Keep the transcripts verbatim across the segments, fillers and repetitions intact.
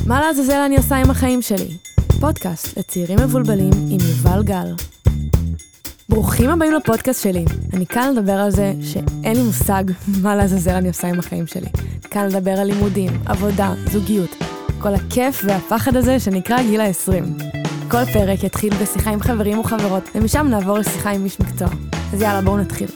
מה לעזאזל אני עושה עם החיים שלי? פודקאסט לצעירים מבולבלים עם יובל גל. ברוכים הבאים לפודקאסט שלי. אני כאן לדבר על זה שאין לי מושג מה לעזאזל אני עושה עם החיים שלי. כאן לדבר על לימודים, עבודה, זוגיות. כל הכיף והפחד הזה שנקרא גיל ה-עשרים. כל פרק יתחיל בשיחה עם חברים וחברות, ומשם נעבור לשיחה עם איש מקצוע. אז יאללה, בואו נתחיל.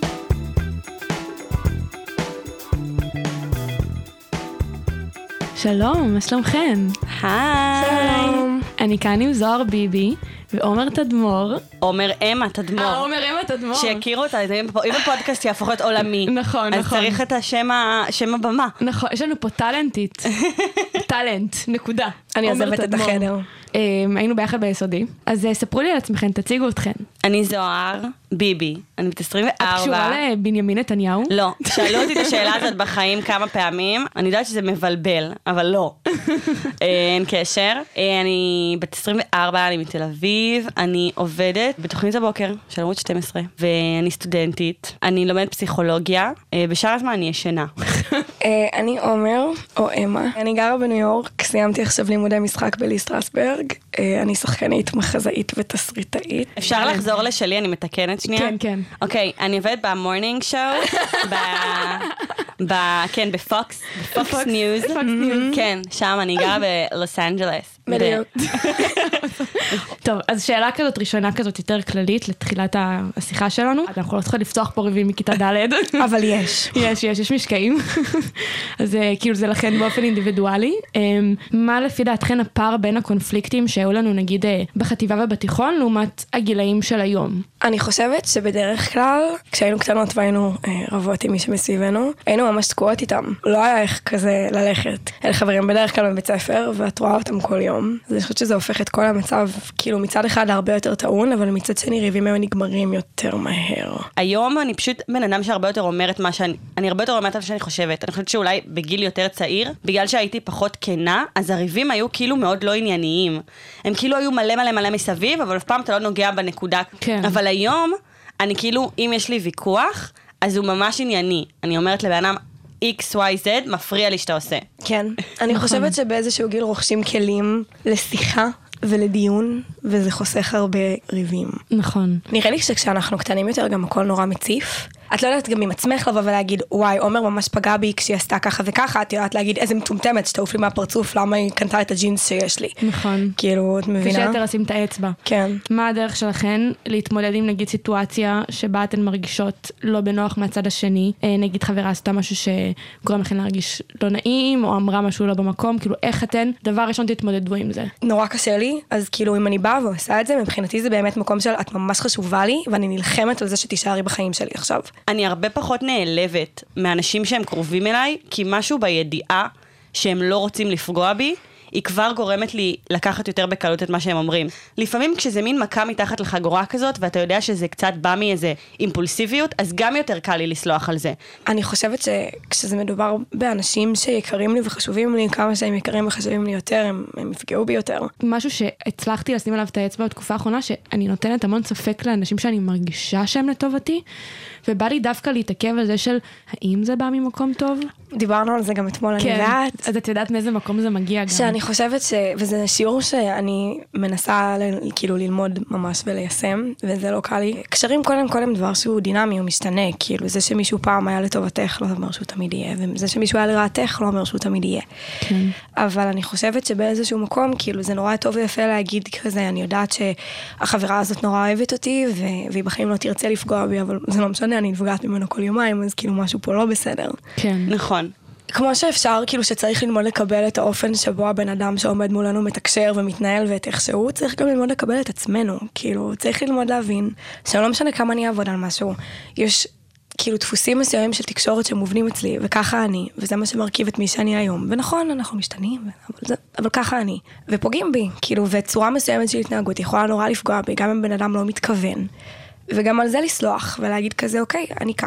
שלום, מה שלומכם? היי. שלום. אני כאן עם זוהר ביבי, ועומר תדמור. עומר אמה תדמור. אה, עומר אמה תדמור. שיכירו אותה, אם הפודקאסט יהפוך להיות עולמי. נכון, נכון. אז צריך את השם הבמה. נכון, יש לנו פה טלנטית. טלנט, נקודה. אני עוזבת את החדר. היינו ביחד ביסודי. אז ספרו לי על עצמכם, תציגו אתכם. אני זוהר ביבי, אני בת עשרים וארבע. את קשורה לבנימין נתניהו? לא, שאלו אותי את השאלה הזאת בחיים כמה פעמים, אני יודעת שזה מבלבל, אבל לא. אין קשר. אני בת עשרים וארבע, אני מתל אביב, אני עובדת בתוכנית הבוקר של ערוץ שתים עשרה, ואני סטודנטית, אני לומדת פסיכולוגיה, בשאר הזמן אני ישנה. אני עומר, או אמה, אני גרה בניו יורק, סיימתי עכשיו לימודי משחק בלי סטרסברג, אני שחקנית, מחזאית ותסריטאית. אפשר לחזור לשלי, אני מתקנת שנייה? כן, כן. אוקיי, אני עובדת במורנינג שואו, כן, בפוקס, בפוקס ניוז. כן, שם אני גרה בלוס אנג'לס. בדיוק. טוב, אז שאלה כזאת, ראשונה כזאת יותר כללית, לתחילת השיחה שלנו. אנחנו לא צריכים לפתוח פה רבים מכיתה ד'. אבל יש. יש, יש, יש משקעים. אז כאילו זה לכן באופן אינדיבידואלי. מה לפי דעתכן הפער בין הקונפליקטים שהיו לנו נגיד בחטיבה ובתיכון, לעומת הגילאים של היום? אני חושבת שבדרך כלל, כשהיינו קטנות והיינו רבות עם מי שמסביבנו, היינו ממש תקועות איתם. לא היה איך כזה ללכת אל חברים בדרך כלל בבית ספר, ואת רואה אותם כל יום. אז אני חושבת שזה הופך את כל המצב, כאילו מצד אחד הרבה יותר טעון, אבל מצד שני ריבים היו נגמרים יותר מהר. היום אני פשוט בן אדם שהרבה יותר אומרת מה שאני, אני הרבה יותר אומרת מה שאני חושבת. אני חושבת שאולי בגיל יותר צעיר, בגלל שהייתי פחות כנה, אז הריבים היו כאילו מאוד לא ענייניים. הם כאילו היו מלא מלא מלא מסביב, אבל אף פעם אתה לא נוגע בנקודה. כן. אבל היום, אני כאילו, אם יש לי ויכוח, אז הוא ממש ענייני. אני אומרת לבן אדם, X, Y, Z, מפריע לי שאתה עושה. כן. אני חושבת שבאיזשהו גיל רוכשים כלים לשיחה ולדיון, וזה חוסך הרבה ריבים. נכון. נראה לי שכשאנחנו קטנים יותר, גם הכל נורא מציף. את לא יודעת גם עם עצמך לבוא ולהגיד, וואי, עומר ממש פגע בי כשהיא עשתה ככה וככה, את יודעת להגיד, איזה מטומטמת שתעוף לי מהפרצוף, למה היא קנתה את הג'ינס שיש לי. נכון. כאילו, את מבינה? קשה יותר לשים את האצבע. כן. מה הדרך שלכן להתמודד עם נגיד סיטואציה שבה אתן מרגישות לא בנוח מהצד השני, נגיד חברה עשתה משהו שגורם לכן להרגיש לא נעים, או אמרה משהו לא במקום, כאילו איך אתן, דבר ראשון תתמודדו עם זה. נורא קשה לי, אז כאילו אם אני באה ועושה את זה, מבחינתי זה באמת מקום של את ממש חשובה לי, ואני נלחמת על זה שתישארי בחיים שלי עכשיו. אני הרבה פחות נעלבת מאנשים שהם קרובים אליי, כי משהו בידיעה שהם לא רוצים לפגוע בי, היא כבר גורמת לי לקחת יותר בקלות את מה שהם אומרים. לפעמים כשזה מין מכה מתחת לחגורה כזאת, ואתה יודע שזה קצת בא מאיזה אימפולסיביות, אז גם יותר קל לי לסלוח על זה. אני חושבת שכשזה מדובר באנשים שיקרים לי וחשובים לי, כמה שהם יקרים וחשובים לי יותר, הם, הם יפגעו בי יותר. משהו שהצלחתי לשים עליו את האצבע בתקופה האחרונה, שאני נותנת המון ספק לאנשים שאני מרגישה שהם לטובתי, ובא לי דווקא להתעכב על זה של, האם זה בא ממקום טוב? דיברנו על זה גם אתמול, אני יודעת. אז את יודעת מאיזה מקום זה מגיע גם. שאני חושבת ש... וזה שיעור שאני מנסה כאילו ללמוד ממש וליישם, וזה לא קל לי. קשרים קודם כל הם דבר שהוא דינמי, הוא משתנה, כאילו זה שמישהו פעם היה לטובתך לא אומר שהוא תמיד יהיה, וזה שמישהו היה לרעתך לא אומר שהוא תמיד יהיה. כן. אבל אני חושבת שבאיזשהו מקום, כאילו זה נורא טוב ויפה להגיד כזה, אני יודעת שהחברה הזאת נורא אוהבת אותי, ו... והיא בחיים לא תרצה לפגוע בי, אבל זה לא משנה, אני נפגעת ממנו כל יומיים, אז כאילו משהו פה לא בסדר. כן. נכון. כמו שאפשר, כאילו שצריך ללמוד לקבל את האופן שבו הבן אדם שעומד מולנו מתקשר ומתנהל ואת איך שהוא, צריך גם ללמוד לקבל את עצמנו. כאילו, צריך ללמוד להבין, שלא משנה כמה אני אעבוד על משהו, יש כאילו דפוסים מסוימים של תקשורת שמובנים אצלי, וככה אני, וזה מה שמרכיב את מי שאני היום. ונכון, אנחנו משתנים, אבל, זה, אבל ככה אני. ופוגעים בי, כאילו, וצורה מסוימת של התנהגות יכולה נורא לפגוע בי, גם אם בן אדם לא מתכוון. וגם על זה לסלוח, ולהגיד כזה, אוקיי, אני ככה,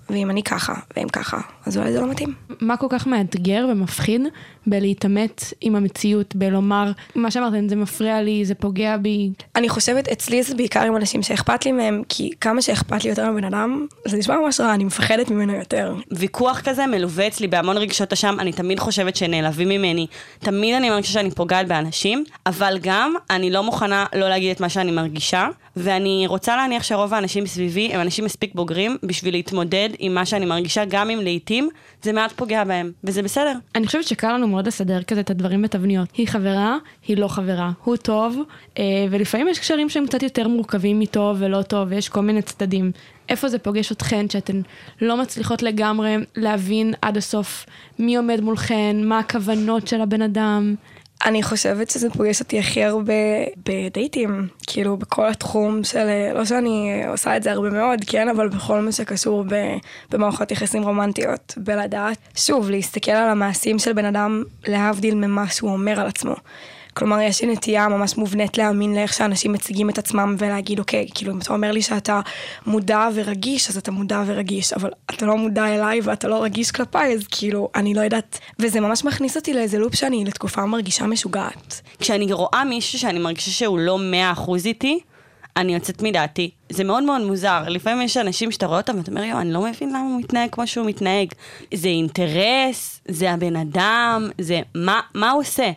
ואם אני ככה, והם ככה, אז אולי זה לא מתאים. מה כל כך מאתגר ומפחיד בלהתאמת עם המציאות, בלומר, מה שאמרתם, זה מפריע לי, זה פוגע בי? אני חושבת, אצלי זה בעיקר עם אנשים שאכפת לי מהם, כי כמה שאכפת לי יותר מבן אדם, זה נשמע ממש רע, אני מפחדת ממנו יותר. ויכוח כזה מלווה אצלי בהמון רגשות אשם, אני תמיד חושבת שנעלבים ממני, תמיד אני מרגישה שאני פוגעת באנשים, אבל גם אני לא מוכנה לא להגיד את מה שאני מרגישה, ואני רוצה להניח שרוב האנשים סביבי הם אנשים מספיק בוגרים בשביל להתמודד עם מה שאני מרגישה, גם אם לעתים זה מעט פוגע בהם, וזה בסדר. אני חושבת שקל לנו מאוד לסדר כזה את הדברים בתבניות. היא חברה, היא לא חברה, הוא טוב, ולפעמים יש קשרים שהם קצת יותר מורכבים מטוב ולא טוב, ויש כל מיני צדדים. איפה זה פוגש אתכן, שאתן לא מצליחות לגמרי להבין עד הסוף מי עומד מולכן, מה הכוונות של הבן אדם? אני חושבת שזה פוגש אותי הכי הרבה בדייטים, כאילו בכל התחום של, לא שאני עושה את זה הרבה מאוד, כן, אבל בכל מה שקשור במערכות יחסים רומנטיות, בלדעת, שוב, להסתכל על המעשים של בן אדם, להבדיל ממה שהוא אומר על עצמו. כלומר, יש לי נטייה ממש מובנית להאמין לאיך שאנשים מציגים את עצמם ולהגיד, אוקיי, כאילו, אם אתה אומר לי שאתה מודע ורגיש, אז אתה מודע ורגיש, אבל אתה לא מודע אליי ואתה לא רגיש כלפיי, אז כאילו, אני לא יודעת. וזה ממש מכניס אותי לאיזה לופ שאני לתקופה מרגישה משוגעת. כשאני רואה מישהו שאני מרגישה שהוא לא מאה אחוז איתי, אני יוצאת מדעתי. זה מאוד מאוד מוזר. לפעמים יש אנשים שאתה רואה אותם ואתה אומר, יו, אני לא מבין למה הוא מתנהג כמו שהוא מתנהג. זה אינטרס, זה הבן אדם, זה מה, מה הוא עושה?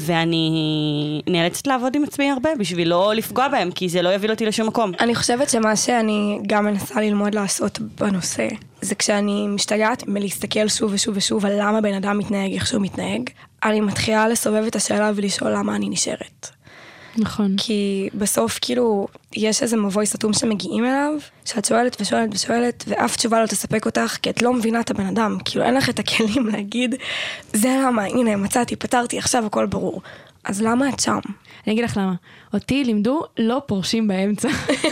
ואני נאלצת לעבוד עם עצמי הרבה בשביל לא לפגוע בהם, כי זה לא יביא אותי לשום מקום. אני חושבת שמה שאני גם מנסה ללמוד לעשות בנושא, זה כשאני משתגעת מלהסתכל שוב ושוב ושוב על למה בן אדם מתנהג איך שהוא מתנהג, אני מתחילה לסובב את השאלה ולשאול למה אני נשארת. נכון. כי בסוף כאילו יש איזה מבוי סתום שמגיעים אליו, שאת שואלת ושואלת ושואלת, ואף תשובה לא תספק אותך, כי את לא מבינה את הבן אדם, כאילו אין לך את הכלים להגיד, זה למה, הנה, מצאתי, פתרתי, עכשיו הכל ברור. אז למה את שם? אני אגיד לך למה. אותי לימדו לא פורשים באמצע.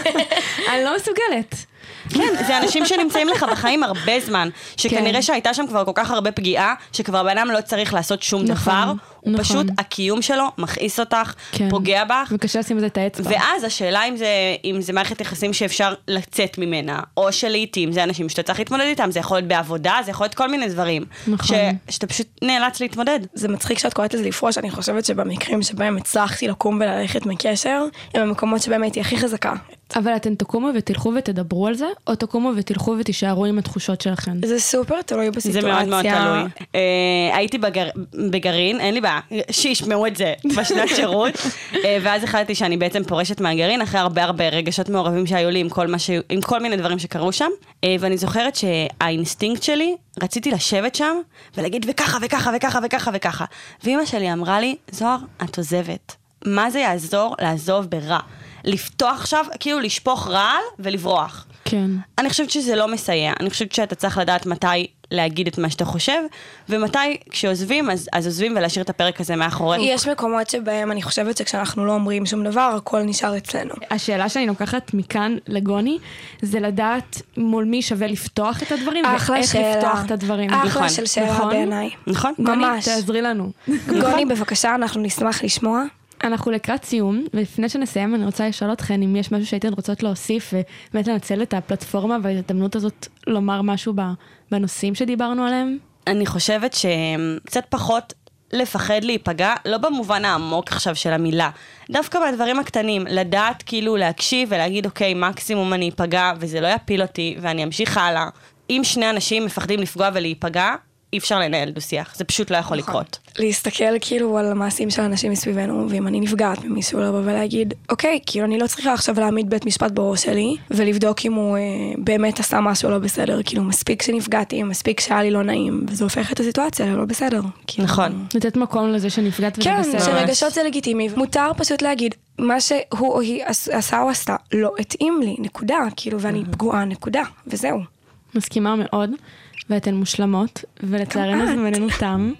אני לא מסוגלת. כן, זה אנשים שנמצאים לך בחיים הרבה זמן, שכנראה שהייתה שם כבר כל כך הרבה פגיעה, שכבר בן אדם לא צריך לעשות שום דבר, הוא פשוט, הקיום שלו מכעיס אותך, פוגע בך. וקשה לשים את זה את האצבע. ואז השאלה אם זה מערכת יחסים שאפשר לצאת ממנה, או שלעיתים זה אנשים שאתה צריך להתמודד איתם, זה יכול להיות בעבודה, זה יכול להיות כל מיני דברים, שאתה פשוט נאלץ להתמודד. זה מצחיק שאת קוראת לזה לפרוש, אני חושבת שבמקרים שבהם הצלחתי לקום וללכת מקשר, הם המקומות שבהם הייתי הכי חזקה. אבל אתן תקומו ותלכו ותדברו על זה, או תקומו ותלכו ותישארו עם התחושות שלכם? זה סופר תלוי בסיטואציה. זה מאוד מאוד תלוי. הייתי בגרעין, אין לי בעיה, שישמעו את זה בשנת שירות, ואז החלטתי שאני בעצם פורשת מהגרעין, אחרי הרבה הרבה רגשות מעורבים שהיו לי עם כל מיני דברים שקרו שם, ואני זוכרת שהאינסטינקט שלי, רציתי לשבת שם, ולהגיד וככה וככה וככה וככה וככה. ואמא שלי אמרה לי, זוהר, את עוזבת. מה זה יעזור לעזוב ברע? לפתוח עכשיו, כאילו לשפוך רעל ולברוח. כן. אני חושבת שזה לא מסייע. אני חושבת שאתה צריך לדעת מתי להגיד את מה שאתה חושב, ומתי כשעוזבים, אז, אז עוזבים ולהשאיר את הפרק הזה מאחורינו. יש מקומות שבהם אני חושבת שכשאנחנו לא אומרים שום דבר, הכל נשאר אצלנו. השאלה שאני לוקחת מכאן לגוני, זה לדעת מול מי שווה לפתוח את הדברים, ואיך שאלה. לפתוח את הדברים. אחלה נכון. של שאלה נכון? בעיניי. נכון. גוני, ממש. תעזרי לנו. גוני, בבקשה, אנחנו נשמח לשמוע. אנחנו לקראת סיום, ולפני שנסיים אני רוצה לשאול אתכן אם יש משהו שהייתן רוצות להוסיף, ובאמת לנצל את הפלטפורמה וההזדמנות הזאת לומר משהו בנושאים שדיברנו עליהם. אני חושבת שקצת פחות לפחד להיפגע, לא במובן העמוק עכשיו של המילה, דווקא בדברים הקטנים, לדעת כאילו להקשיב ולהגיד אוקיי, מקסימום אני אפגע וזה לא יפיל אותי ואני אמשיך הלאה. אם שני אנשים מפחדים לפגוע ולהיפגע, אי אפשר לנהל דו-שיח, זה פשוט לא יכול לקרות. להסתכל כאילו על המעשים של אנשים מסביבנו, ואם אני נפגעת ממישהו לבוא ולהגיד, אוקיי, כאילו אני לא צריכה עכשיו להעמיד בית משפט בראש שלי, ולבדוק אם הוא אה, באמת עשה משהו לא בסדר, כאילו מספיק שנפגעתי, מספיק שהיה לי לא נעים, וזה הופך את הסיטואציה ללא בסדר. כאילו, נכון. לתת מקום לזה שנפגעת וזה כן, בסדר. כן, שרגשות זה לגיטימי, מותר פשוט להגיד, מה שהוא או היא עשה או עשתה, לא התאים לי, נקודה, כאילו, ואני פגועה, נקודה, וזהו. מסכימה מאוד. ואתן מושלמות, ולצערנו זה בינינו תם.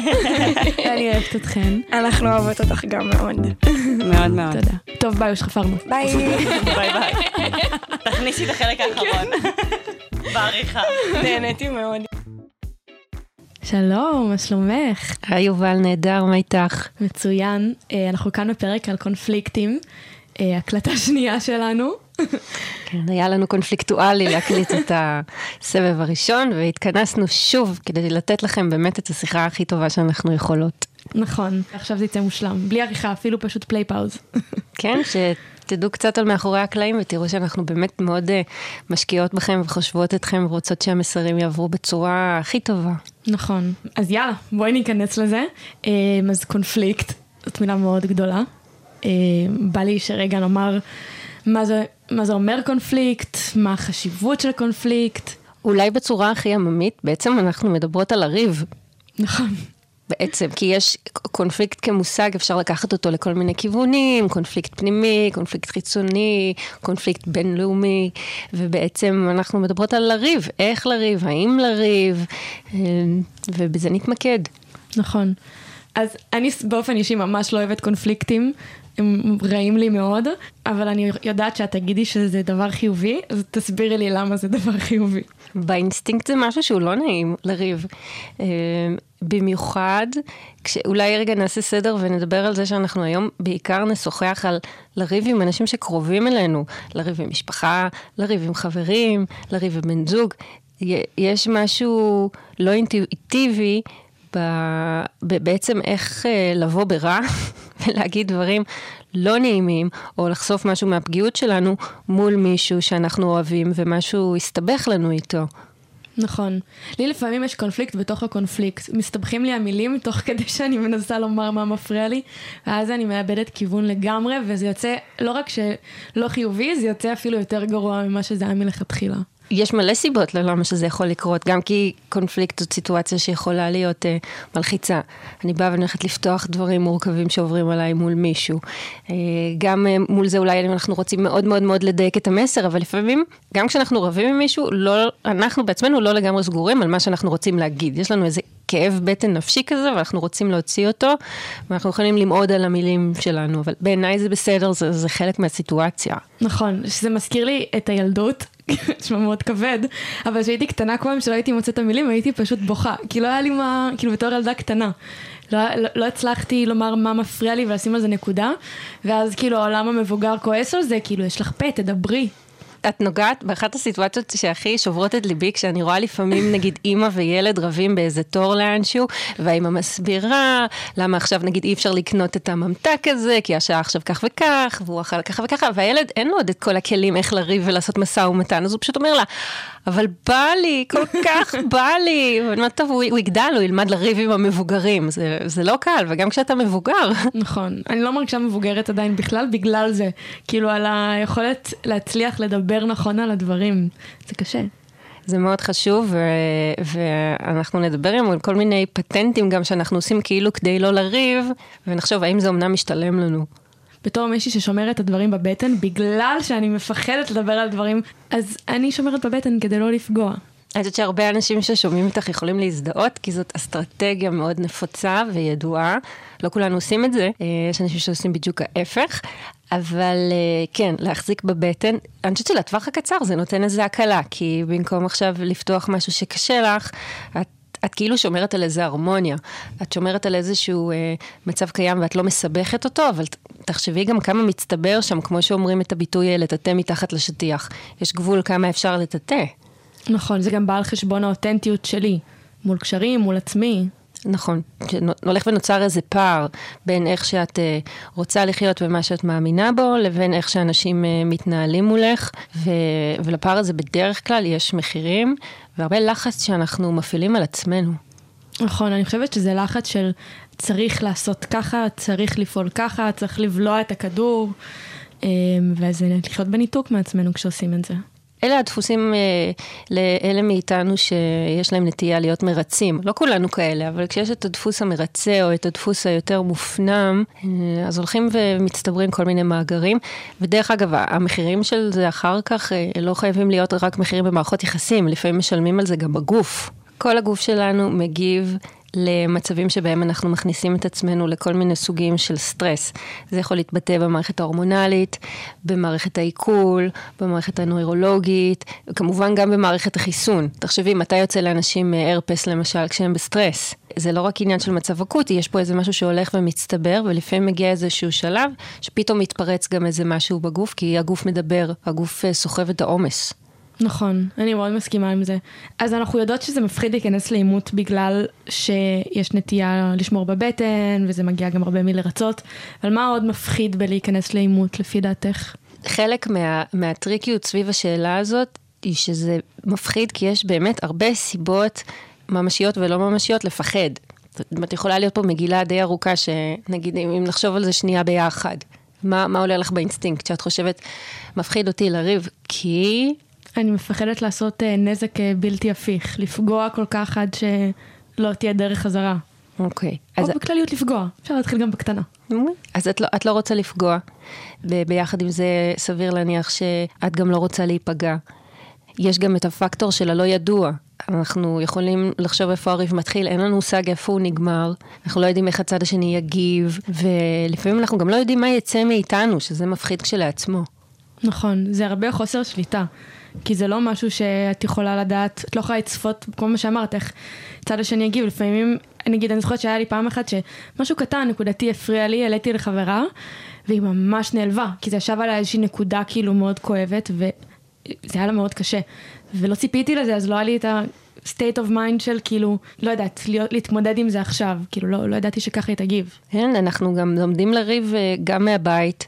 ואני אוהבת אתכן. אנחנו אוהבות אותך גם מאוד. מאוד מאוד. תודה. טוב, ביי, שחפרנו. ביי. ביי ביי. תכניסי את החלק האחרון. בעריכה. נהניתי מאוד. שלום, מה שלומך? היי יובל, נהדר, מה איתך? מצוין. אנחנו כאן בפרק על קונפליקטים. הקלטה שנייה שלנו. כן, היה לנו קונפליקטואלי להקליט את הסבב הראשון, והתכנסנו שוב כדי לתת לכם באמת את השיחה הכי טובה שאנחנו יכולות. נכון, עכשיו זה יצא מושלם, בלי עריכה, אפילו פשוט פליי פאוז. כן, שתדעו קצת על מאחורי הקלעים, ותראו שאנחנו באמת מאוד משקיעות בכם וחושבות אתכם, ורוצות שהמסרים יעברו בצורה הכי טובה. נכון, אז יאללה, בואי ניכנס לזה. אז קונפליקט, זאת מילה מאוד גדולה. בא לי שרגע נאמר מה זה, מה זה אומר קונפליקט, מה החשיבות של קונפליקט. אולי בצורה הכי עממית, בעצם אנחנו מדברות על הריב. נכון. בעצם, כי יש קונפליקט כמושג, אפשר לקחת אותו לכל מיני כיוונים, קונפליקט פנימי, קונפליקט חיצוני, קונפליקט בינלאומי, ובעצם אנחנו מדברות על לריב, איך לריב, האם לריב, ובזה נתמקד. נכון. אז אני באופן אישי ממש לא אוהבת קונפליקטים, הם רעים לי מאוד, אבל אני יודעת שאת תגידי שזה דבר חיובי, אז תסבירי לי למה זה דבר חיובי. באינסטינקט זה משהו שהוא לא נעים לריב. במיוחד, כשאולי רגע נעשה סדר ונדבר על זה שאנחנו היום בעיקר נשוחח על לריב עם אנשים שקרובים אלינו, לריב עם משפחה, לריב עם חברים, לריב עם בן זוג. יש משהו לא אינטואיטיבי, בעצם איך לבוא ברע ולהגיד דברים לא נעימים, או לחשוף משהו מהפגיעות שלנו מול מישהו שאנחנו אוהבים, ומשהו יסתבך לנו איתו. נכון. לי לפעמים יש קונפליקט בתוך הקונפליקט. מסתבכים לי המילים תוך כדי שאני מנסה לומר מה מפריע לי, ואז אני מאבדת כיוון לגמרי, וזה יוצא לא רק שלא חיובי, זה יוצא אפילו יותר גרוע ממה שזה היה מלכתחילה. יש מלא סיבות ללמה שזה יכול לקרות, גם כי קונפליקט זאת סיטואציה שיכולה להיות uh, מלחיצה. אני באה ואני הולכת לפתוח דברים מורכבים שעוברים עליי מול מישהו. Uh, גם uh, מול זה אולי אנחנו רוצים מאוד מאוד מאוד לדייק את המסר, אבל לפעמים, גם כשאנחנו רבים עם מישהו, לא, אנחנו בעצמנו לא לגמרי סגורים על מה שאנחנו רוצים להגיד. יש לנו איזה כאב בטן נפשי כזה, ואנחנו רוצים להוציא אותו, ואנחנו יכולים למעוד על המילים שלנו, אבל בעיניי זה בסדר, זה, זה חלק מהסיטואציה. נכון, שזה מזכיר לי את הילדות, שמה מאוד כבד, אבל כשהייתי קטנה כל פעם שלא הייתי מוצאת את המילים, הייתי פשוט בוכה, כי לא היה לי מה, כאילו בתור ילדה קטנה, לא, לא, לא הצלחתי לומר מה מפריע לי ולשים על זה נקודה, ואז כאילו העולם המבוגר כועס על זה, כאילו יש לך פה, תדברי. את נוגעת באחת הסיטואציות שהכי שוברות את ליבי, כשאני רואה לפעמים נגיד אמא וילד רבים באיזה תור לאנשהו, והאמא מסבירה למה עכשיו נגיד אי אפשר לקנות את הממתק הזה, כי השעה עכשיו כך וכך, והוא אכל כך וככה, והילד אין לו עוד את כל הכלים איך לריב ולעשות מסע ומתן, אז הוא פשוט אומר לה, אבל בא לי, כל כך בא לי, ואני טוב, הוא, הוא יגדל, הוא ילמד לריב עם המבוגרים, זה, זה לא קל, וגם כשאתה מבוגר. נכון, אני לא מרגישה מבוגרת עדיין בכלל, בגלל זה, כאילו על היכולת להצליח לדבר נכון על הדברים, זה קשה. זה מאוד חשוב, ו- ואנחנו נדבר עם על כל מיני פטנטים גם שאנחנו עושים כאילו כדי לא לריב, ונחשוב האם זה אומנם משתלם לנו. בתור מישהי ששומרת את הדברים בבטן, בגלל שאני מפחדת לדבר על דברים, אז אני שומרת בבטן כדי לא לפגוע. אני חושבת שהרבה אנשים ששומעים איתך יכולים להזדהות, כי זאת אסטרטגיה מאוד נפוצה וידועה. לא כולנו עושים את זה, יש אנשים שעושים בדיוק ההפך, אבל כן, להחזיק בבטן, אני חושבת שלטווח הקצר זה נותן איזו הקלה, כי במקום עכשיו לפתוח משהו שקשה לך, את את כאילו שומרת על איזה הרמוניה, את שומרת על איזשהו אה, מצב קיים ואת לא מסבכת אותו, אבל תחשבי גם כמה מצטבר שם, כמו שאומרים את הביטוי לטאטא מתחת לשטיח. יש גבול כמה אפשר לטאטא. נכון, זה גם בא על חשבון האותנטיות שלי, מול קשרים, מול עצמי. נכון, הולך ונוצר איזה פער בין איך שאת uh, רוצה לחיות ומה שאת מאמינה בו, לבין איך שאנשים uh, מתנהלים מולך, ו- ולפער הזה בדרך כלל יש מחירים, והרבה לחץ שאנחנו מפעילים על עצמנו. נכון, אני חושבת שזה לחץ של צריך לעשות ככה, צריך לפעול ככה, צריך לבלוע את הכדור, וזה לחיות בניתוק מעצמנו כשעושים את זה. אלה הדפוסים אה, לאלה מאיתנו שיש להם נטייה להיות מרצים. לא כולנו כאלה, אבל כשיש את הדפוס המרצה או את הדפוס היותר מופנם, אה, אז הולכים ומצטברים כל מיני מאגרים. ודרך אגב, המחירים של זה אחר כך אה, לא חייבים להיות רק מחירים במערכות יחסים, לפעמים משלמים על זה גם בגוף. כל הגוף שלנו מגיב למצבים שבהם אנחנו מכניסים את עצמנו לכל מיני סוגים של סטרס. זה יכול להתבטא במערכת ההורמונלית, במערכת העיכול, במערכת הנוירולוגית, וכמובן גם במערכת החיסון. תחשבי, מתי יוצא לאנשים הרפס למשל כשהם בסטרס? זה לא רק עניין של מצב אקוטי, יש פה איזה משהו שהולך ומצטבר, ולפעמים מגיע איזשהו שלב שפתאום מתפרץ גם איזה משהו בגוף, כי הגוף מדבר, הגוף סוחב את העומס. נכון, אני מאוד מסכימה עם זה. אז אנחנו יודעות שזה מפחיד להיכנס לאימות בגלל שיש נטייה לשמור בבטן, וזה מגיע גם הרבה מלרצות, אבל מה עוד מפחיד בלהיכנס לאימות לפי דעתך? חלק מה, מהטריקיות סביב השאלה הזאת, היא שזה מפחיד כי יש באמת הרבה סיבות ממשיות ולא ממשיות לפחד. זאת אומרת, יכולה להיות פה מגילה די ארוכה, שנגיד, אם נחשוב על זה שנייה ביחד, מה, מה עולה לך באינסטינקט? שאת חושבת, מפחיד אותי לריב, כי... אני מפחדת לעשות נזק בלתי הפיך, לפגוע כל כך עד שלא תהיה דרך חזרה. אוקיי. או אז... בכלליות לפגוע, אפשר להתחיל גם בקטנה. אז את לא, את לא רוצה לפגוע, ביחד עם זה סביר להניח שאת גם לא רוצה להיפגע. יש גם את הפקטור של הלא ידוע. אנחנו יכולים לחשוב איפה הריב מתחיל, אין לנו מושג איפה הוא נגמר, אנחנו לא יודעים איך הצד השני יגיב, ולפעמים אנחנו גם לא יודעים מה יצא מאיתנו, שזה מפחיד כשלעצמו. נכון, זה הרבה חוסר שליטה, כי זה לא משהו שאת יכולה לדעת, את לא יכולה לצפות, כמו מה שאמרת, איך צד השני יגיב, לפעמים, נגיד, אני זוכרת שהיה לי פעם אחת שמשהו קטן, נקודתי הפריע לי, העליתי לחברה, והיא ממש נעלבה, כי זה ישב עליה איזושהי נקודה כאילו מאוד כואבת, וזה היה לה מאוד קשה, ולא ציפיתי לזה, אז לא היה לי את ה-state of mind של כאילו, לא יודעת, להיות, להתמודד עם זה עכשיו, כאילו לא, לא ידעתי שככה היא תגיב. כן, אנחנו גם לומדים לריב גם מהבית,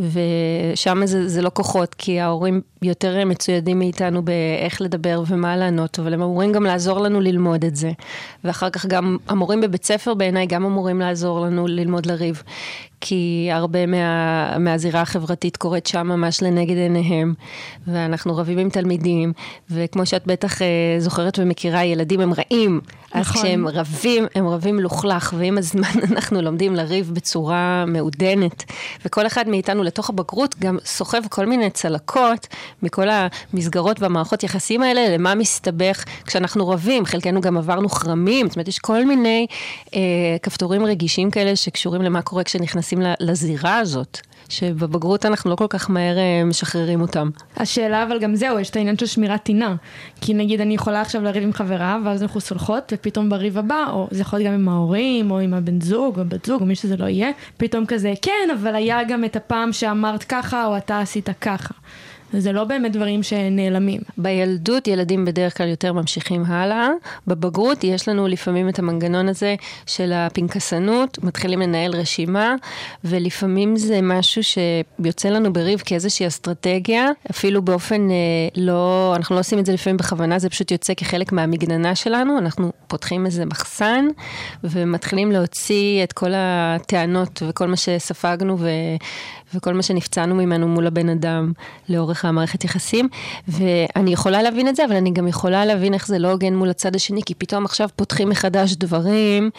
ושם זה, זה לא כוחות, כי ההורים יותר מצוידים מאיתנו באיך לדבר ומה לענות, אבל הם אמורים גם לעזור לנו ללמוד את זה. ואחר כך גם המורים בבית ספר בעיניי גם אמורים לעזור לנו ללמוד לריב, כי הרבה מה, מהזירה החברתית קורית שם ממש לנגד עיניהם, ואנחנו רבים עם תלמידים, וכמו שאת בטח זוכרת ומכירה, ילדים הם רעים, אז נכון. כשהם רבים, הם רבים מלוכלך, ועם הזמן אנחנו לומדים לריב בצורה מעודנת, וכל אחד מאיתנו לתוך הבגרות גם סוחב כל מיני צלקות, מכל המסגרות והמערכות יחסים האלה, למה מסתבך כשאנחנו רבים, חלקנו גם עברנו חרמים, זאת אומרת, יש כל מיני אה, כפתורים רגישים כאלה שקשורים למה קורה כשנכנסים לזירה הזאת, שבבגרות אנחנו לא כל כך מהר משחררים אותם. השאלה אבל גם זהו, יש את העניין של שמירת טינה, כי נגיד אני יכולה עכשיו לריב עם חברה, ואז אנחנו סולחות, ופתאום בריב הבא, או זה יכול להיות גם עם ההורים, או עם הבן זוג, או בת זוג, או מי שזה לא יהיה, פתאום כזה, כן, אבל היה גם את הפעם שאמרת ככה, או אתה עשית ככה. זה לא באמת דברים שנעלמים. בילדות ילדים בדרך כלל יותר ממשיכים הלאה. בבגרות יש לנו לפעמים את המנגנון הזה של הפנקסנות, מתחילים לנהל רשימה, ולפעמים זה משהו שיוצא לנו בריב כאיזושהי אסטרטגיה, אפילו באופן לא, אנחנו לא עושים את זה לפעמים בכוונה, זה פשוט יוצא כחלק מהמגננה שלנו, אנחנו פותחים איזה מחסן, ומתחילים להוציא את כל הטענות וכל מה שספגנו ו... וכל מה שנפצענו ממנו מול הבן אדם לאורך המערכת יחסים, ואני יכולה להבין את זה, אבל אני גם יכולה להבין איך זה לא הוגן מול הצד השני, כי פתאום עכשיו פותחים מחדש דברים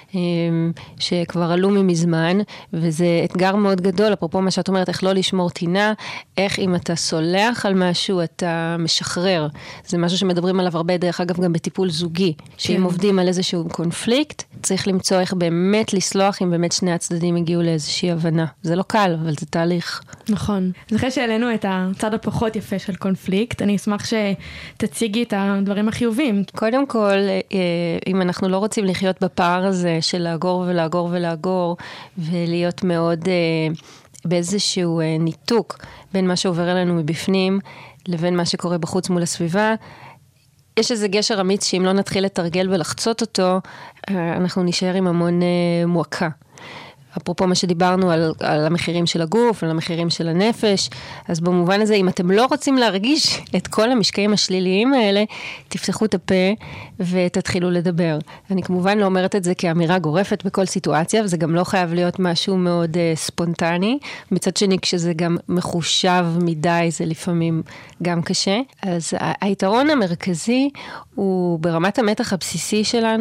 שכבר עלו ממזמן, וזה אתגר מאוד גדול, אפרופו מה שאת אומרת, איך לא לשמור טינה, איך אם אתה סולח על משהו, אתה משחרר. זה משהו שמדברים עליו הרבה, דרך אגב, גם בטיפול זוגי, שאם כן. עובדים על איזשהו קונפליקט, צריך למצוא איך באמת לסלוח, אם באמת שני הצדדים הגיעו לאיזושהי הבנה. זה לא קל, אבל זה תהליך. נכון. אז אחרי שהעלינו את הצד הפחות יפה של קונפליקט, אני אשמח שתציגי את הדברים החיוביים. קודם כל, אם אנחנו לא רוצים לחיות בפער הזה של לאגור ולאגור ולאגור, ולהיות מאוד באיזשהו ניתוק בין מה שעובר אלינו מבפנים, לבין מה שקורה בחוץ מול הסביבה, יש איזה גשר אמיץ שאם לא נתחיל לתרגל ולחצות אותו, אנחנו נשאר עם המון מועקה. אפרופו מה שדיברנו על, על המחירים של הגוף, על המחירים של הנפש, אז במובן הזה, אם אתם לא רוצים להרגיש את כל המשקעים השליליים האלה, תפתחו את הפה ותתחילו לדבר. אני כמובן לא אומרת את זה כאמירה גורפת בכל סיטואציה, וזה גם לא חייב להיות משהו מאוד uh, ספונטני. מצד שני, כשזה גם מחושב מדי, זה לפעמים גם קשה. אז היתרון המרכזי הוא ברמת המתח הבסיסי שלנו,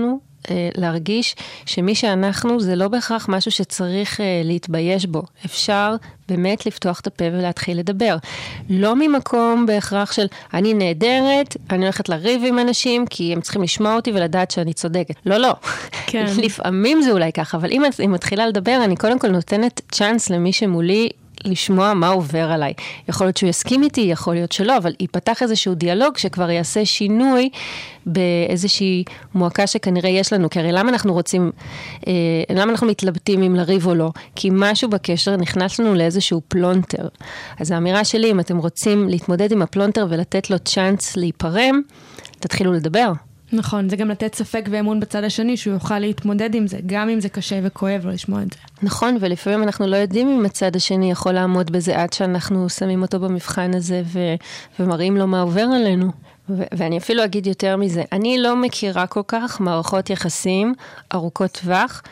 אה, להרגיש שמי שאנחנו זה לא בהכרח משהו שצריך אה, להתבייש בו. אפשר באמת לפתוח את הפה ולהתחיל לדבר. לא ממקום בהכרח של אני נהדרת, אני הולכת לריב עם אנשים כי הם צריכים לשמוע אותי ולדעת שאני צודקת. לא, לא. כן. לפעמים זה אולי ככה, אבל אם אני מתחילה לדבר, אני קודם כל נותנת צ'אנס למי שמולי לשמוע מה עובר עליי. יכול להיות שהוא יסכים איתי, יכול להיות שלא, אבל ייפתח איזשהו דיאלוג שכבר יעשה שינוי באיזושהי מועקה שכנראה יש לנו. כי הרי למה אנחנו רוצים, אה, למה אנחנו מתלבטים אם לריב או לא? כי משהו בקשר נכנס לנו לאיזשהו פלונטר. אז האמירה שלי, אם אתם רוצים להתמודד עם הפלונטר ולתת לו צ'אנס להיפרם, תתחילו לדבר. נכון, זה גם לתת ספק ואמון בצד השני, שהוא יוכל להתמודד עם זה, גם אם זה קשה וכואב לו לשמוע את זה. נכון, ולפעמים אנחנו לא יודעים אם הצד השני יכול לעמוד בזה עד שאנחנו שמים אותו במבחן הזה ו- ומראים לו מה עובר עלינו. ו- ואני אפילו אגיד יותר מזה, אני לא מכירה כל כך מערכות יחסים ארוכות טווח,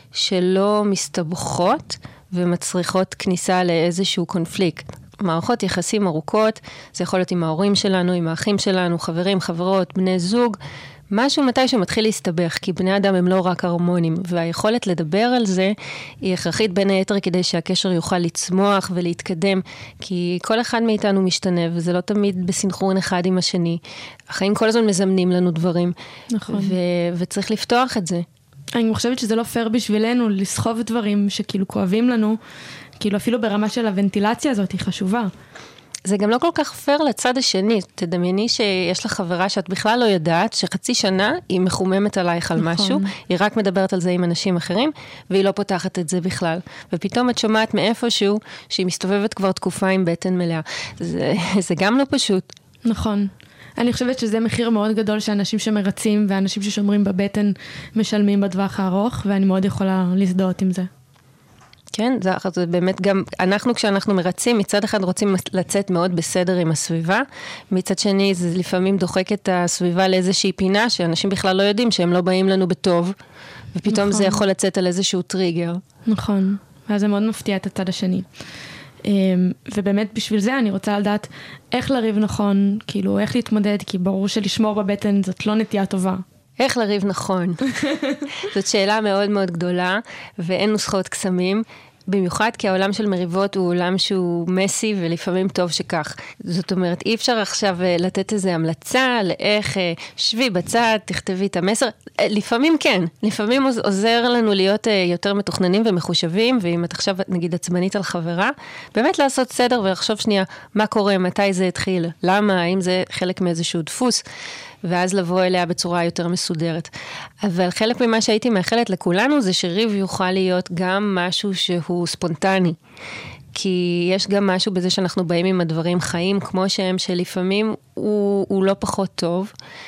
שלא מסתבכות ומצריכות כניסה לאיזשהו קונפליקט. מערכות יחסים ארוכות, זה יכול להיות עם ההורים שלנו, עם האחים שלנו, חברים, חברות, בני זוג, משהו מתי שמתחיל להסתבך, כי בני אדם הם לא רק הרמונים, והיכולת לדבר על זה היא הכרחית בין היתר כדי שהקשר יוכל לצמוח ולהתקדם, כי כל אחד מאיתנו משתנה, וזה לא תמיד בסנכרון אחד עם השני. החיים כל הזמן מזמנים לנו דברים, נכון. ו- וצריך לפתוח את זה. אני חושבת שזה לא פייר בשבילנו לסחוב דברים שכאילו כואבים לנו, כאילו אפילו ברמה של הוונטילציה הזאת היא חשובה. זה גם לא כל כך פייר לצד השני. תדמייני שיש לך חברה שאת בכלל לא יודעת, שחצי שנה היא מחוממת עלייך על נכון. משהו, היא רק מדברת על זה עם אנשים אחרים, והיא לא פותחת את זה בכלל. ופתאום את שומעת מאיפשהו שהיא מסתובבת כבר תקופה עם בטן מלאה. זה, זה גם לא פשוט. נכון. אני חושבת שזה מחיר מאוד גדול שאנשים שמרצים ואנשים ששומרים בבטן משלמים בטווח הארוך, ואני מאוד יכולה להזדהות עם זה. כן, זה, זה באמת גם, אנחנו כשאנחנו מרצים, מצד אחד רוצים לצאת מאוד בסדר עם הסביבה, מצד שני זה לפעמים דוחק את הסביבה לאיזושהי פינה, שאנשים בכלל לא יודעים שהם לא באים לנו בטוב, ופתאום נכון. זה יכול לצאת על איזשהו טריגר. נכון, ואז זה מאוד מפתיע את הצד השני. ובאמת בשביל זה אני רוצה לדעת איך לריב נכון, כאילו איך להתמודד, כי ברור שלשמור בבטן זאת לא נטייה טובה. איך לריב נכון? זאת שאלה מאוד מאוד גדולה, ואין נוסחאות קסמים, במיוחד כי העולם של מריבות הוא עולם שהוא מסי, ולפעמים טוב שכך. זאת אומרת, אי אפשר עכשיו לתת איזו המלצה לאיך שבי בצד, תכתבי את המסר. לפעמים כן, לפעמים עוזר לנו להיות יותר מתוכננים ומחושבים, ואם את עכשיו נגיד עצבנית על חברה, באמת לעשות סדר ולחשוב שנייה מה קורה, מתי זה התחיל, למה, האם זה חלק מאיזשהו דפוס, ואז לבוא אליה בצורה יותר מסודרת. אבל חלק ממה שהייתי מאחלת לכולנו, זה שריב יוכל להיות גם משהו שהוא ספונטני. כי יש גם משהו בזה שאנחנו באים עם הדברים חיים, כמו שהם שלפעמים הוא, הוא לא פחות טוב.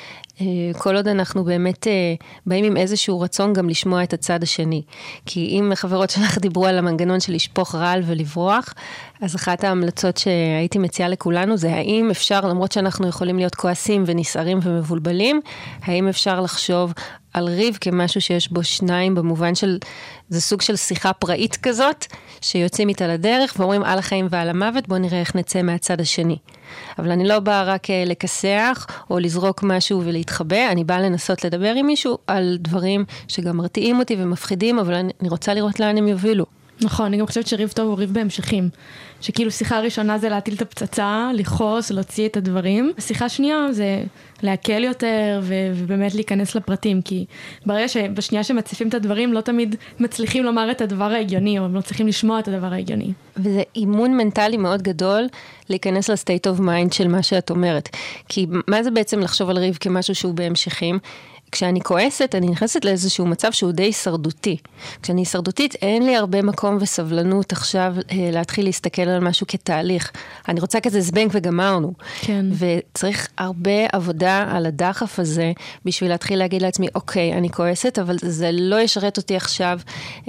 כל עוד אנחנו באמת באים עם איזשהו רצון גם לשמוע את הצד השני. כי אם חברות שלך דיברו על המנגנון של לשפוך רעל ולברוח, אז אחת ההמלצות שהייתי מציעה לכולנו זה האם אפשר, למרות שאנחנו יכולים להיות כועסים ונסערים ומבולבלים, האם אפשר לחשוב על ריב כמשהו שיש בו שניים במובן של, זה סוג של שיחה פראית כזאת, שיוצאים איתה לדרך ואומרים על החיים ועל המוות, בוא נראה איך נצא מהצד השני. אבל אני לא באה רק לכסח או לזרוק משהו ולהתחבא, אני באה לנסות לדבר עם מישהו על דברים שגם מרתיעים אותי ומפחידים, אבל אני רוצה לראות לאן הם יובילו. נכון, אני גם חושבת שריב טוב הוא ריב בהמשכים. שכאילו שיחה ראשונה זה להטיל את הפצצה, לכעוס, להוציא את הדברים. שיחה שנייה זה להקל יותר ו- ובאמת להיכנס לפרטים, כי ברגע שבשנייה שמציפים את הדברים לא תמיד מצליחים לומר את הדבר ההגיוני, או הם לא צריכים לשמוע את הדבר ההגיוני. וזה אימון מנטלי מאוד גדול להיכנס לסטייט אוף מיינד של מה שאת אומרת. כי מה זה בעצם לחשוב על ריב כמשהו שהוא בהמשכים? כשאני כועסת, אני נכנסת לאיזשהו מצב שהוא די הישרדותי. כשאני הישרדותית, אין לי הרבה מקום וסבלנות עכשיו אה, להתחיל להסתכל על משהו כתהליך. אני רוצה כזה זבנג וגמרנו. כן. וצריך הרבה עבודה על הדחף הזה, בשביל להתחיל להגיד לעצמי, אוקיי, אני כועסת, אבל זה לא ישרת אותי עכשיו אה,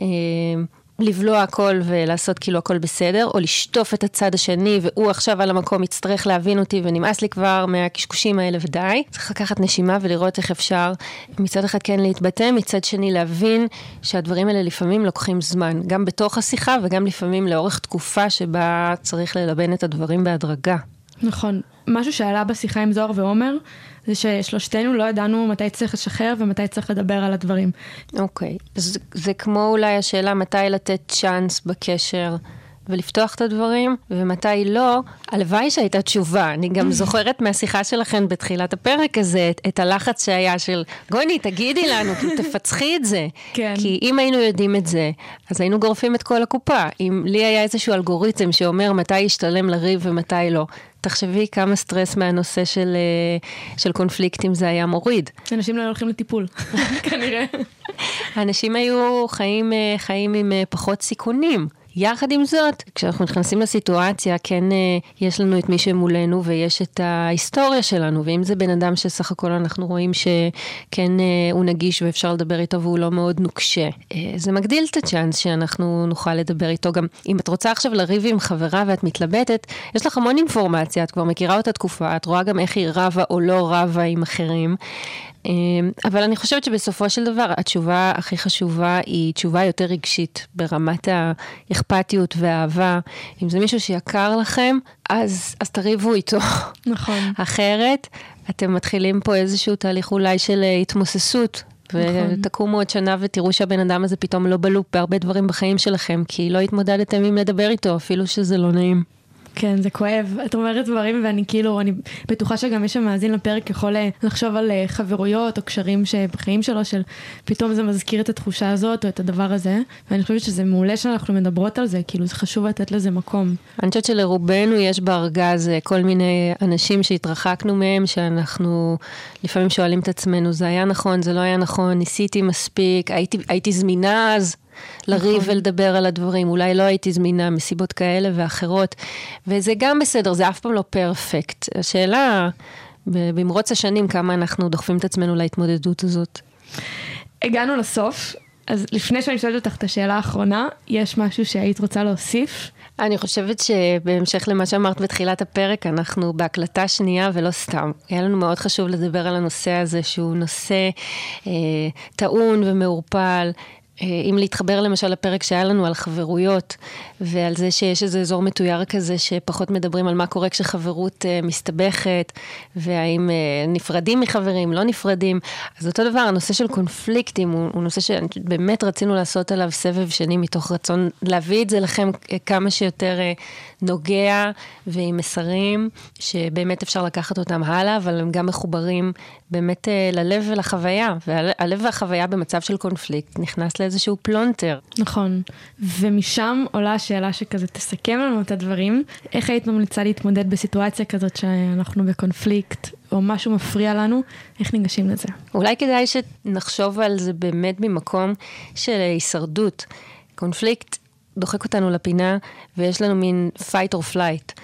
לבלוע הכל ולעשות כאילו הכל בסדר, או לשטוף את הצד השני, והוא עכשיו על המקום יצטרך להבין אותי, ונמאס לי כבר מהקשקושים האלה ודי. צריך לקחת נשימה ולראות איך אפשר מצד אחד כן להתבטא, מצד שני להבין שהדברים האלה לפעמים לוקחים זמן, גם בתוך השיחה, וגם לפעמים לאורך תקופה שבה צריך ללבן את הדברים בהדרגה. נכון. משהו שעלה בשיחה עם זוהר ועומר, זה ששלושתנו לא ידענו מתי צריך לשחרר ומתי צריך לדבר על הדברים. אוקיי. אז זה כמו אולי השאלה מתי לתת צ'אנס בקשר ולפתוח את הדברים, ומתי לא. הלוואי שהייתה תשובה. אני גם זוכרת מהשיחה שלכם בתחילת הפרק הזה, את, את הלחץ שהיה של, גוני, תגידי לנו, תפצחי את זה. כן. כי אם היינו יודעים את זה, אז היינו גורפים את כל הקופה. אם לי היה איזשהו אלגוריתם שאומר מתי ישתלם לריב ומתי לא, תחשבי כמה סטרס מהנושא של, של קונפליקטים זה היה מוריד. אנשים לא הולכים לטיפול, כנראה. האנשים היו חיים, חיים עם פחות סיכונים. יחד עם זאת, כשאנחנו נכנסים לסיטואציה, כן, יש לנו את מי שמולנו, ויש את ההיסטוריה שלנו, ואם זה בן אדם שסך הכל אנחנו רואים שכן, הוא נגיש ואפשר לדבר איתו, והוא לא מאוד נוקשה. זה מגדיל את הצ'אנס שאנחנו נוכל לדבר איתו. גם אם את רוצה עכשיו לריב עם חברה ואת מתלבטת, יש לך המון אינפורמציה, את כבר מכירה אותה תקופה, את רואה גם איך היא רבה או לא רבה עם אחרים. אבל אני חושבת שבסופו של דבר, התשובה הכי חשובה היא תשובה יותר רגשית, ברמת האכפתיות והאהבה. אם זה מישהו שיקר לכם, אז, אז תריבו איתו. נכון. אחרת, אתם מתחילים פה איזשהו תהליך אולי של התמוססות, ותקומו עוד שנה ותראו שהבן אדם הזה פתאום לא בלופ בהרבה דברים בחיים שלכם, כי לא התמודדתם עם לדבר איתו, אפילו שזה לא נעים. כן, זה כואב. את אומרת דברים, ואני כאילו, אני בטוחה שגם מי שמאזין לפרק יכול לחשוב על חברויות או קשרים שבחיים שלו, של פתאום זה מזכיר את התחושה הזאת או את הדבר הזה, ואני חושבת שזה מעולה שאנחנו מדברות על זה, כאילו זה חשוב לתת לזה מקום. אני חושבת שלרובנו יש בארגז כל מיני אנשים שהתרחקנו מהם, שאנחנו לפעמים שואלים את עצמנו, זה היה נכון, זה לא היה נכון, ניסיתי מספיק, הייתי, הייתי זמינה אז, לריב ולדבר על הדברים, אולי לא הייתי זמינה מסיבות כאלה ואחרות, וזה גם בסדר, זה אף פעם לא פרפקט. השאלה, במרוץ השנים, כמה אנחנו דוחפים את עצמנו להתמודדות הזאת. הגענו לסוף, אז לפני שאני שואלת אותך את השאלה האחרונה, יש משהו שהיית רוצה להוסיף? אני חושבת שבהמשך למה שאמרת בתחילת הפרק, אנחנו בהקלטה שנייה ולא סתם. היה לנו מאוד חשוב לדבר על הנושא הזה, שהוא נושא אה, טעון ומעורפל, אם להתחבר למשל לפרק שהיה לנו על חברויות, ועל זה שיש איזה אזור מתויר כזה, שפחות מדברים על מה קורה כשחברות מסתבכת, והאם נפרדים מחברים, לא נפרדים. אז אותו דבר, הנושא של קונפליקטים, הוא, הוא נושא שבאמת רצינו לעשות עליו סבב שני, מתוך רצון להביא את זה לכם כמה שיותר נוגע, ועם מסרים, שבאמת אפשר לקחת אותם הלאה, אבל הם גם מחוברים באמת ללב ולחוויה, והלב והחוויה במצב של קונפליקט נכנס לאיזשהו פלונטר. נכון, ומשם עולה השאלה שכזה תסכם לנו את הדברים, איך היית ממליצה להתמודד בסיטואציה כזאת שאנחנו בקונפליקט, או משהו מפריע לנו, איך ניגשים לזה? אולי כדאי שנחשוב על זה באמת ממקום של הישרדות. קונפליקט דוחק אותנו לפינה, ויש לנו מין fight or flight,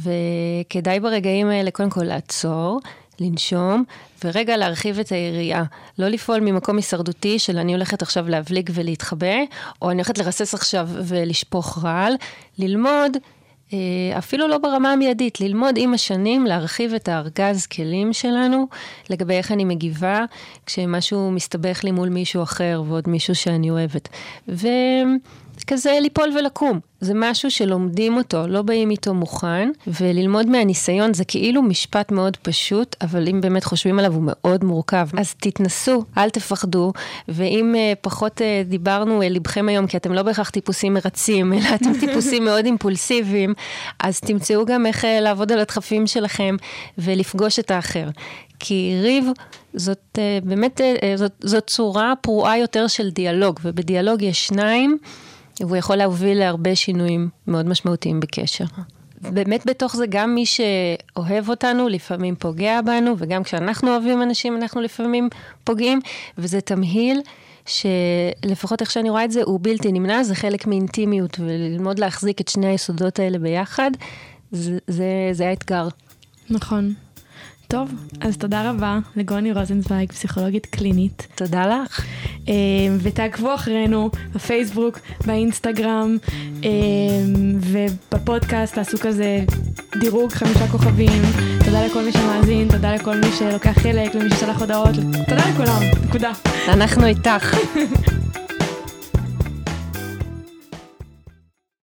וכדאי ברגעים האלה קודם כל לעצור, לנשום, ורגע להרחיב את היריעה. לא לפעול ממקום הישרדותי של אני הולכת עכשיו להבליג ולהתחבא, או אני הולכת לרסס עכשיו ולשפוך רעל, ללמוד, אפילו לא ברמה המיידית, ללמוד עם השנים, להרחיב את הארגז כלים שלנו, לגבי איך אני מגיבה, כשמשהו מסתבך לי מול מישהו אחר, ועוד מישהו שאני אוהבת. וכזה ליפול ולקום. זה משהו שלומדים אותו, לא באים איתו מוכן, וללמוד מהניסיון זה כאילו משפט מאוד פשוט, אבל אם באמת חושבים עליו הוא מאוד מורכב. אז תתנסו, אל תפחדו, ואם פחות דיברנו לבכם היום, כי אתם לא בהכרח טיפוסים מרצים, אלא אתם טיפוסים מאוד אימפולסיביים, אז תמצאו גם איך לעבוד על הדחפים שלכם, ולפגוש את האחר. כי ריב זאת באמת, זאת, זאת צורה פרועה יותר של דיאלוג, ובדיאלוג יש שניים, והוא יכול להוביל להרבה שינויים מאוד משמעותיים בקשר. באמת בתוך זה גם מי שאוהב אותנו לפעמים פוגע בנו, וגם כשאנחנו אוהבים אנשים אנחנו לפעמים פוגעים, וזה תמהיל שלפחות איך שאני רואה את זה הוא בלתי נמנע, זה חלק מאינטימיות, וללמוד להחזיק את שני היסודות האלה ביחד, זה, זה, זה האתגר. נכון. טוב, אז תודה רבה לגוני רוזנצוויג, פסיכולוגית קלינית. תודה לך. ותעקבו אחרינו בפייסבוק, באינסטגרם, ובפודקאסט תעשו כזה דירוג חמישה כוכבים. תודה לכל מי שמאזין, תודה לכל מי שלוקח חלק, למי ששלח הודעות. תודה לכולם, נקודה. אנחנו איתך.